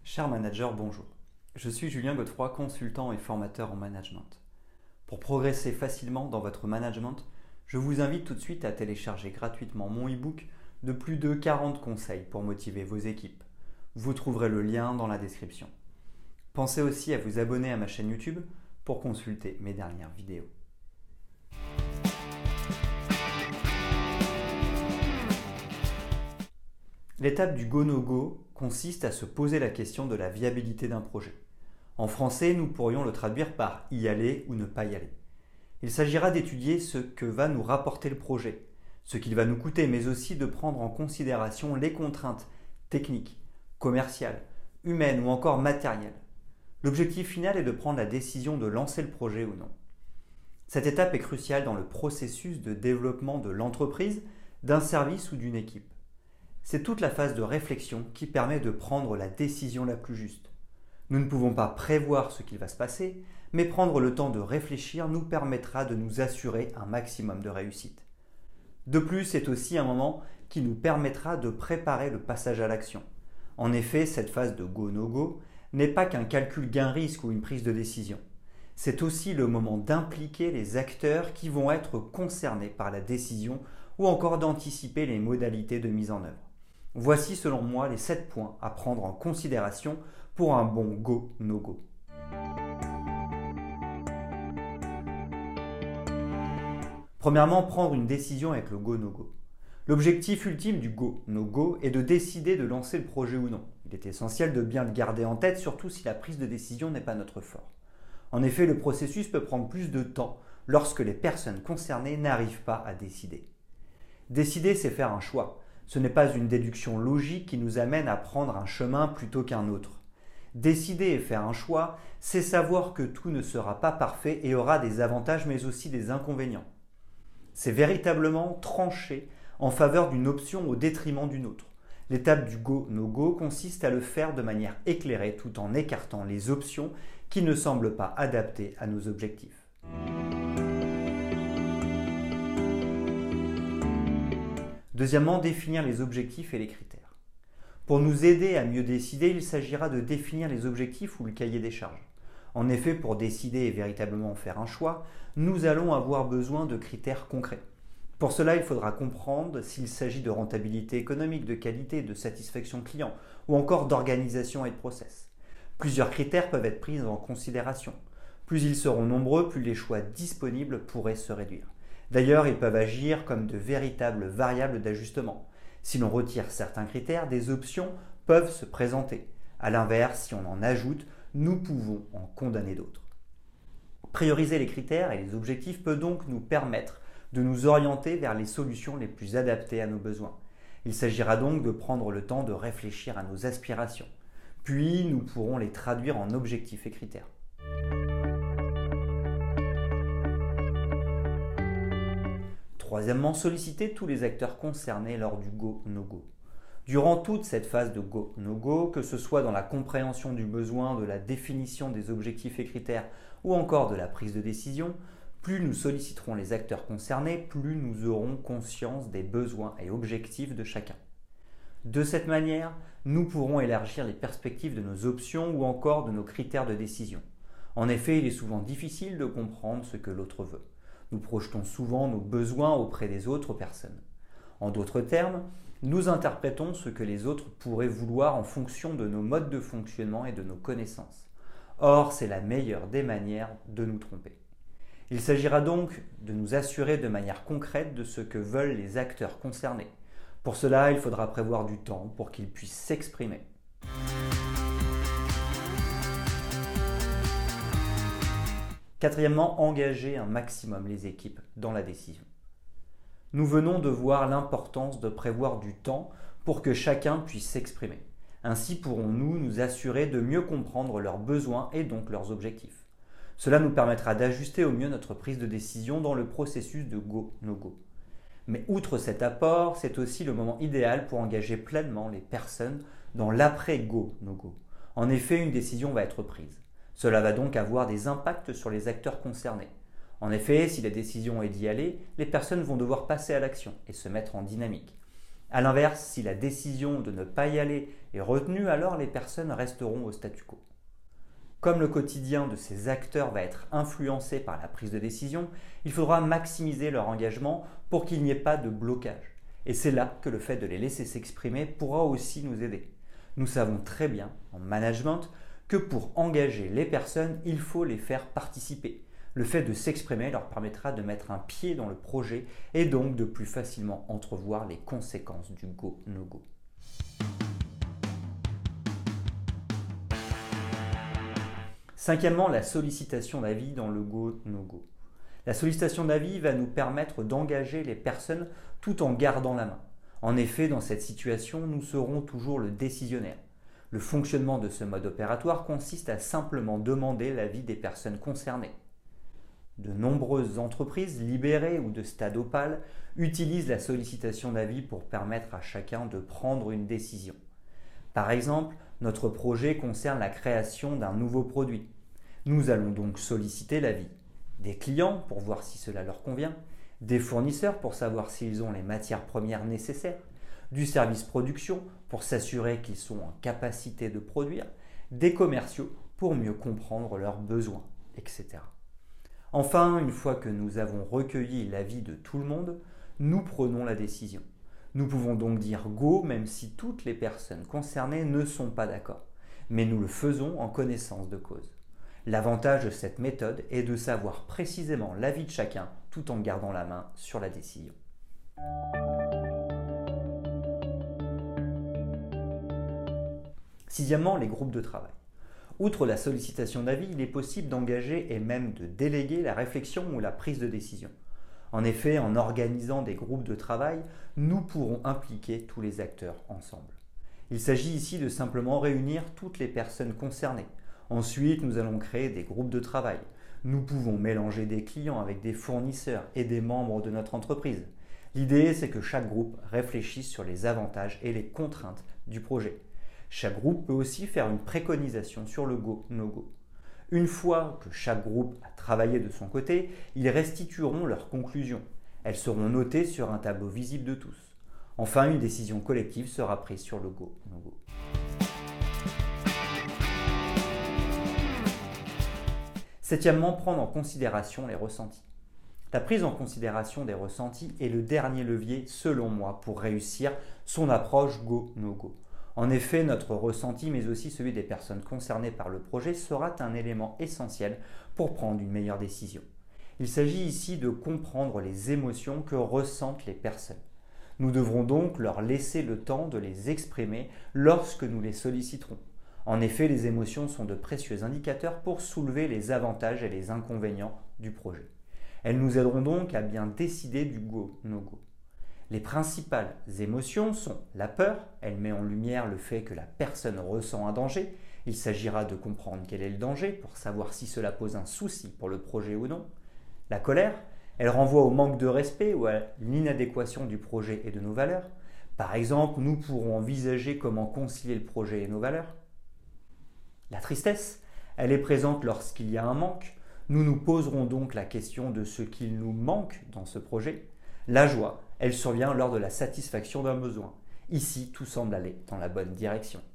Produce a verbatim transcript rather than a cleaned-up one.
Cher manager, bonjour. Je suis Julien Godefroy, consultant et formateur en management. Pour progresser facilement dans votre management, je vous invite tout de suite à télécharger gratuitement mon e-book de plus de quarante conseils pour motiver vos équipes. Vous trouverez le lien dans la description. Pensez aussi à vous abonner à ma chaîne YouTube pour consulter mes dernières vidéos. L'étape du go-no-go consiste à se poser la question de la viabilité d'un projet. En français, nous pourrions le traduire par y aller ou ne pas y aller. Il s'agira d'étudier ce que va nous rapporter le projet, ce qu'il va nous coûter, mais aussi de prendre en considération les contraintes techniques, commerciales, humaines ou encore matérielles. L'objectif final est de prendre la décision de lancer le projet ou non. Cette étape est cruciale dans le processus de développement de l'entreprise, d'un service ou d'une équipe. C'est toute la phase de réflexion qui permet de prendre la décision la plus juste. Nous ne pouvons pas prévoir ce qu'il va se passer, mais prendre le temps de réfléchir nous permettra de nous assurer un maximum de réussite. De plus, c'est aussi un moment qui nous permettra de préparer le passage à l'action. En effet, cette phase de go-no-go n'est pas qu'un calcul gain-risque ou une prise de décision. C'est aussi le moment d'impliquer les acteurs qui vont être concernés par la décision ou encore d'anticiper les modalités de mise en œuvre. Voici selon moi les sept points à prendre en considération pour un bon go-no-go. Premièrement, prendre une décision avec le go-no-go. L'objectif ultime du go-no-go est de décider de lancer le projet ou non. Il est essentiel de bien le garder en tête, surtout si la prise de décision n'est pas notre fort. En effet, le processus peut prendre plus de temps lorsque les personnes concernées n'arrivent pas à décider. Décider, c'est faire un choix. Ce n'est pas une déduction logique qui nous amène à prendre un chemin plutôt qu'un autre. Décider et faire un choix, c'est savoir que tout ne sera pas parfait et aura des avantages mais aussi des inconvénients. C'est véritablement trancher en faveur d'une option au détriment d'une autre. L'étape du go-no-go consiste à le faire de manière éclairée tout en écartant les options qui ne semblent pas adaptées à nos objectifs. Deuxièmement, définir les objectifs et les critères. Pour nous aider à mieux décider, il s'agira de définir les objectifs ou le cahier des charges. En effet, pour décider et véritablement faire un choix, nous allons avoir besoin de critères concrets. Pour cela, il faudra comprendre s'il s'agit de rentabilité économique, de qualité, de satisfaction client ou encore d'organisation et de process. Plusieurs critères peuvent être pris en considération. Plus ils seront nombreux, plus les choix disponibles pourraient se réduire. D'ailleurs, ils peuvent agir comme de véritables variables d'ajustement. Si l'on retire certains critères, des options peuvent se présenter. A l'inverse, si on en ajoute, nous pouvons en condamner d'autres. Prioriser les critères et les objectifs peut donc nous permettre de nous orienter vers les solutions les plus adaptées à nos besoins. Il s'agira donc de prendre le temps de réfléchir à nos aspirations. Puis, nous pourrons les traduire en objectifs et critères. Troisièmement, solliciter tous les acteurs concernés lors du go-no-go. Durant toute cette phase de go-no-go, que ce soit dans la compréhension du besoin, de la définition des objectifs et critères ou encore de la prise de décision, plus nous solliciterons les acteurs concernés, plus nous aurons conscience des besoins et objectifs de chacun. De cette manière, nous pourrons élargir les perspectives de nos options ou encore de nos critères de décision. En effet, il est souvent difficile de comprendre ce que l'autre veut. Nous projetons souvent nos besoins auprès des autres personnes. En d'autres termes, nous interprétons ce que les autres pourraient vouloir en fonction de nos modes de fonctionnement et de nos connaissances. Or, c'est la meilleure des manières de nous tromper. Il s'agira donc de nous assurer de manière concrète de ce que veulent les acteurs concernés. Pour cela, il faudra prévoir du temps pour qu'ils puissent s'exprimer. Quatrièmement, engager un maximum les équipes dans la décision. Nous venons de voir l'importance de prévoir du temps pour que chacun puisse s'exprimer. Ainsi pourrons-nous nous assurer de mieux comprendre leurs besoins et donc leurs objectifs. Cela nous permettra d'ajuster au mieux notre prise de décision dans le processus de go-no-go. Mais outre cet apport, c'est aussi le moment idéal pour engager pleinement les personnes dans l'après-go-no-go. En effet, une décision va être prise. Cela va donc avoir des impacts sur les acteurs concernés. En effet, si la décision est d'y aller, les personnes vont devoir passer à l'action et se mettre en dynamique. A l'inverse, si la décision de ne pas y aller est retenue, alors les personnes resteront au statu quo. Comme le quotidien de ces acteurs va être influencé par la prise de décision, il faudra maximiser leur engagement pour qu'il n'y ait pas de blocage. Et c'est là que le fait de les laisser s'exprimer pourra aussi nous aider. Nous savons très bien, en management, que pour engager les personnes, il faut les faire participer. Le fait de s'exprimer leur permettra de mettre un pied dans le projet et donc de plus facilement entrevoir les conséquences du go-no-go. Cinquièmement, la sollicitation d'avis dans le go-no-go. La sollicitation d'avis va nous permettre d'engager les personnes tout en gardant la main. En effet, dans cette situation, nous serons toujours le décisionnaire. Le fonctionnement de ce mode opératoire consiste à simplement demander l'avis des personnes concernées. De nombreuses entreprises libérées ou de stade opale utilisent la sollicitation d'avis pour permettre à chacun de prendre une décision. Par exemple, notre projet concerne la création d'un nouveau produit. Nous allons donc solliciter l'avis des clients pour voir si cela leur convient, des fournisseurs pour savoir s'ils ont les matières premières nécessaires, du service production pour s'assurer qu'ils sont en capacité de produire, des commerciaux pour mieux comprendre leurs besoins, et cetera. Enfin, une fois que nous avons recueilli l'avis de tout le monde, nous prenons la décision. Nous pouvons donc dire go même si toutes les personnes concernées ne sont pas d'accord, mais nous le faisons en connaissance de cause. L'avantage de cette méthode est de savoir précisément l'avis de chacun tout en gardant la main sur la décision. Sixièmement, les groupes de travail. Outre la sollicitation d'avis, il est possible d'engager et même de déléguer la réflexion ou la prise de décision. En effet, en organisant des groupes de travail, nous pourrons impliquer tous les acteurs ensemble. Il s'agit ici de simplement réunir toutes les personnes concernées. Ensuite, nous allons créer des groupes de travail. Nous pouvons mélanger des clients avec des fournisseurs et des membres de notre entreprise. L'idée, c'est que chaque groupe réfléchisse sur les avantages et les contraintes du projet. Chaque groupe peut aussi faire une préconisation sur le go-no-go. Une fois que chaque groupe a travaillé de son côté, ils restitueront leurs conclusions. Elles seront notées sur un tableau visible de tous. Enfin, une décision collective sera prise sur le go-no-go. Septièmement, prendre en considération les ressentis. La prise en considération des ressentis est le dernier levier, selon moi, pour réussir son approche go-no-go. En effet, notre ressenti, mais aussi celui des personnes concernées par le projet, sera un élément essentiel pour prendre une meilleure décision. Il s'agit ici de comprendre les émotions que ressentent les personnes. Nous devrons donc leur laisser le temps de les exprimer lorsque nous les solliciterons. En effet, les émotions sont de précieux indicateurs pour soulever les avantages et les inconvénients du projet. Elles nous aideront donc à bien décider du go-no-go. Les principales émotions sont la peur, elle met en lumière le fait que la personne ressent un danger. Il s'agira de comprendre quel est le danger pour savoir si cela pose un souci pour le projet ou non. La colère, elle renvoie au manque de respect ou à l'inadéquation du projet et de nos valeurs. Par exemple, nous pourrons envisager comment concilier le projet et nos valeurs. La tristesse, elle est présente lorsqu'il y a un manque. Nous nous poserons donc la question de ce qu'il nous manque dans ce projet. La joie, elle survient lors de la satisfaction d'un besoin. Ici, tout semble aller dans la bonne direction.